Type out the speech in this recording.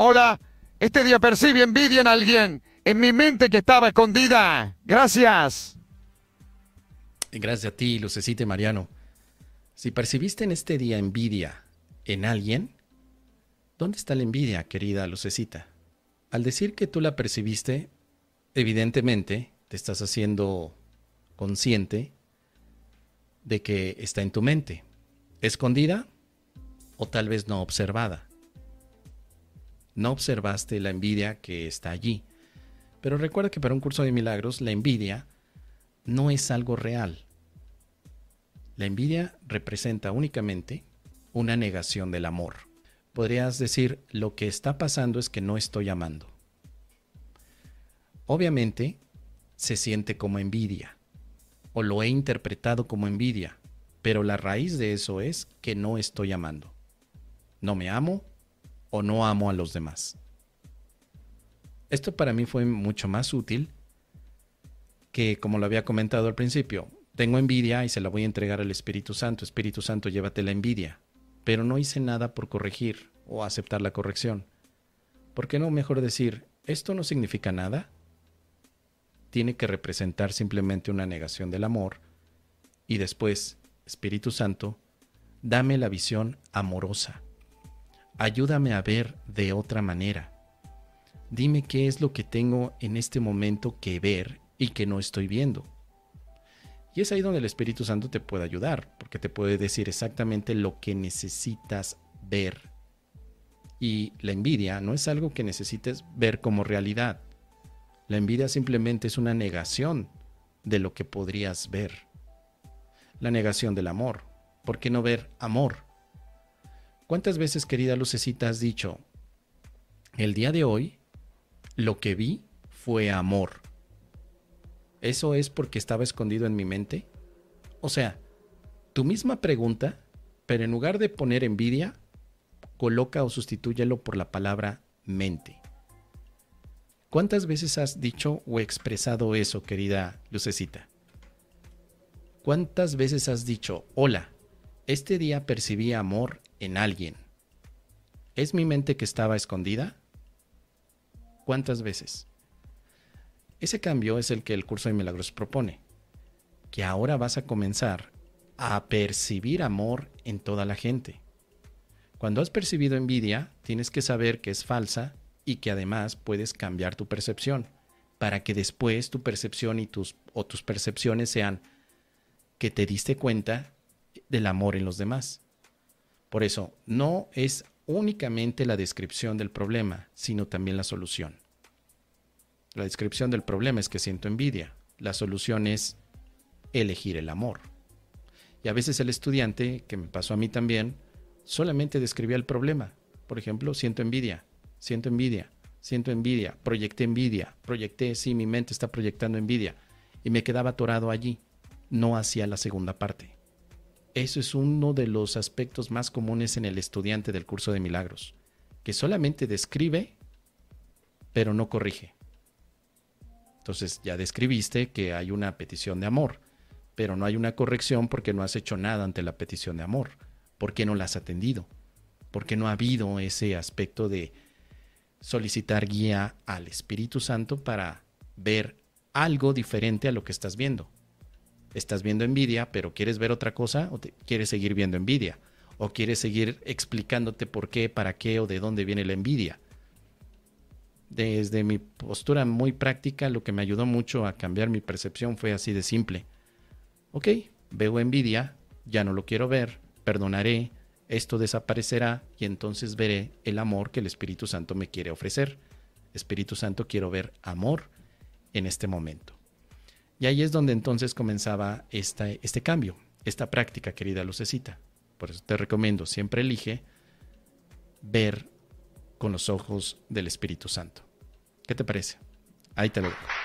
Hola, este día percibí envidia en alguien, en mi mente que estaba escondida. Gracias. Gracias a ti, Lucecita y Mariano. Si percibiste en este día envidia en alguien, ¿dónde está la envidia, querida Lucecita? Al decir que tú la percibiste, evidentemente te estás haciendo consciente de que está en tu mente, escondida o tal vez no observada. No observaste la envidia que está allí. Pero recuerda que para un curso de milagros la envidia no es algo real. La envidia representa únicamente una negación del amor. Podrías decir, lo que está pasando es que no estoy amando. Obviamente se siente como envidia, o lo he interpretado como envidia, pero la raíz de eso es que no estoy amando. No me amo o no amo a los demás. Esto para mí fue mucho más útil que, como lo había comentado al principio, tengo envidia y se la voy a entregar al Espíritu Santo. Espíritu Santo, llévate la envidia. Pero no hice nada por corregir o aceptar la corrección. ¿Por qué no mejor decir, esto no significa nada? Tiene que representar simplemente una negación del amor. Y después, Espíritu Santo, dame la visión amorosa. Ayúdame a ver de otra manera. Dime qué es lo que tengo en este momento que ver y que no estoy viendo. Y es ahí donde el Espíritu Santo te puede ayudar, porque te puede decir exactamente lo que necesitas ver. Y la envidia no es algo que necesites ver como realidad. La envidia simplemente es una negación de lo que podrías ver. La negación del amor. ¿Por qué no ver amor? ¿Cuántas veces, querida Lucecita, has dicho, el día de hoy, lo que vi fue amor? ¿Eso es porque estaba escondido en mi mente? O sea, tu misma pregunta, pero en lugar de poner envidia, coloca o sustitúyelo por la palabra mente. ¿Cuántas veces has dicho o expresado eso, querida Lucecita? ¿Cuántas veces has dicho, hola, este día percibí amor en alguien? ¿Es mi mente que estaba escondida? ¿Cuántas veces? Ese cambio es el que el curso de milagros propone, que ahora vas a comenzar a percibir amor en toda la gente. Cuando has percibido envidia, tienes que saber que es falsa y que además puedes cambiar tu percepción para que después tu percepción y tus percepciones sean que te diste cuenta del amor en los demás. Por eso, no es únicamente la descripción del problema, sino también la solución. La descripción del problema es que siento envidia. La solución es elegir el amor. Y a veces el estudiante, que me pasó a mí también, solamente describía el problema. Por ejemplo, siento envidia, siento envidia, siento envidia, proyecté, sí, mi mente está proyectando envidia. Y me quedaba atorado allí, no hacía la segunda parte. Eso es uno de los aspectos más comunes en el estudiante del curso de milagros, que solamente describe, pero no corrige. Entonces ya describiste que hay una petición de amor, pero no hay una corrección porque no has hecho nada ante la petición de amor. ¿Por qué no la has atendido? ¿Por qué no ha habido ese aspecto de solicitar guía al Espíritu Santo para ver algo diferente a lo que estás viendo? Estás viendo envidia, pero ¿quieres ver otra cosa o quieres seguir viendo envidia? ¿O quieres seguir explicándote por qué, para qué o de dónde viene la envidia? Desde mi postura muy práctica, lo que me ayudó mucho a cambiar mi percepción fue así de simple. Ok, veo envidia, ya no lo quiero ver, perdonaré, esto desaparecerá y entonces veré el amor que el Espíritu Santo me quiere ofrecer. Espíritu Santo, quiero ver amor en este momento. Y ahí es donde entonces comenzaba este cambio, esta práctica, querida Lucecita. Por eso te recomiendo, siempre elige ver con los ojos del Espíritu Santo. ¿Qué te parece? Ahí te lo dejo.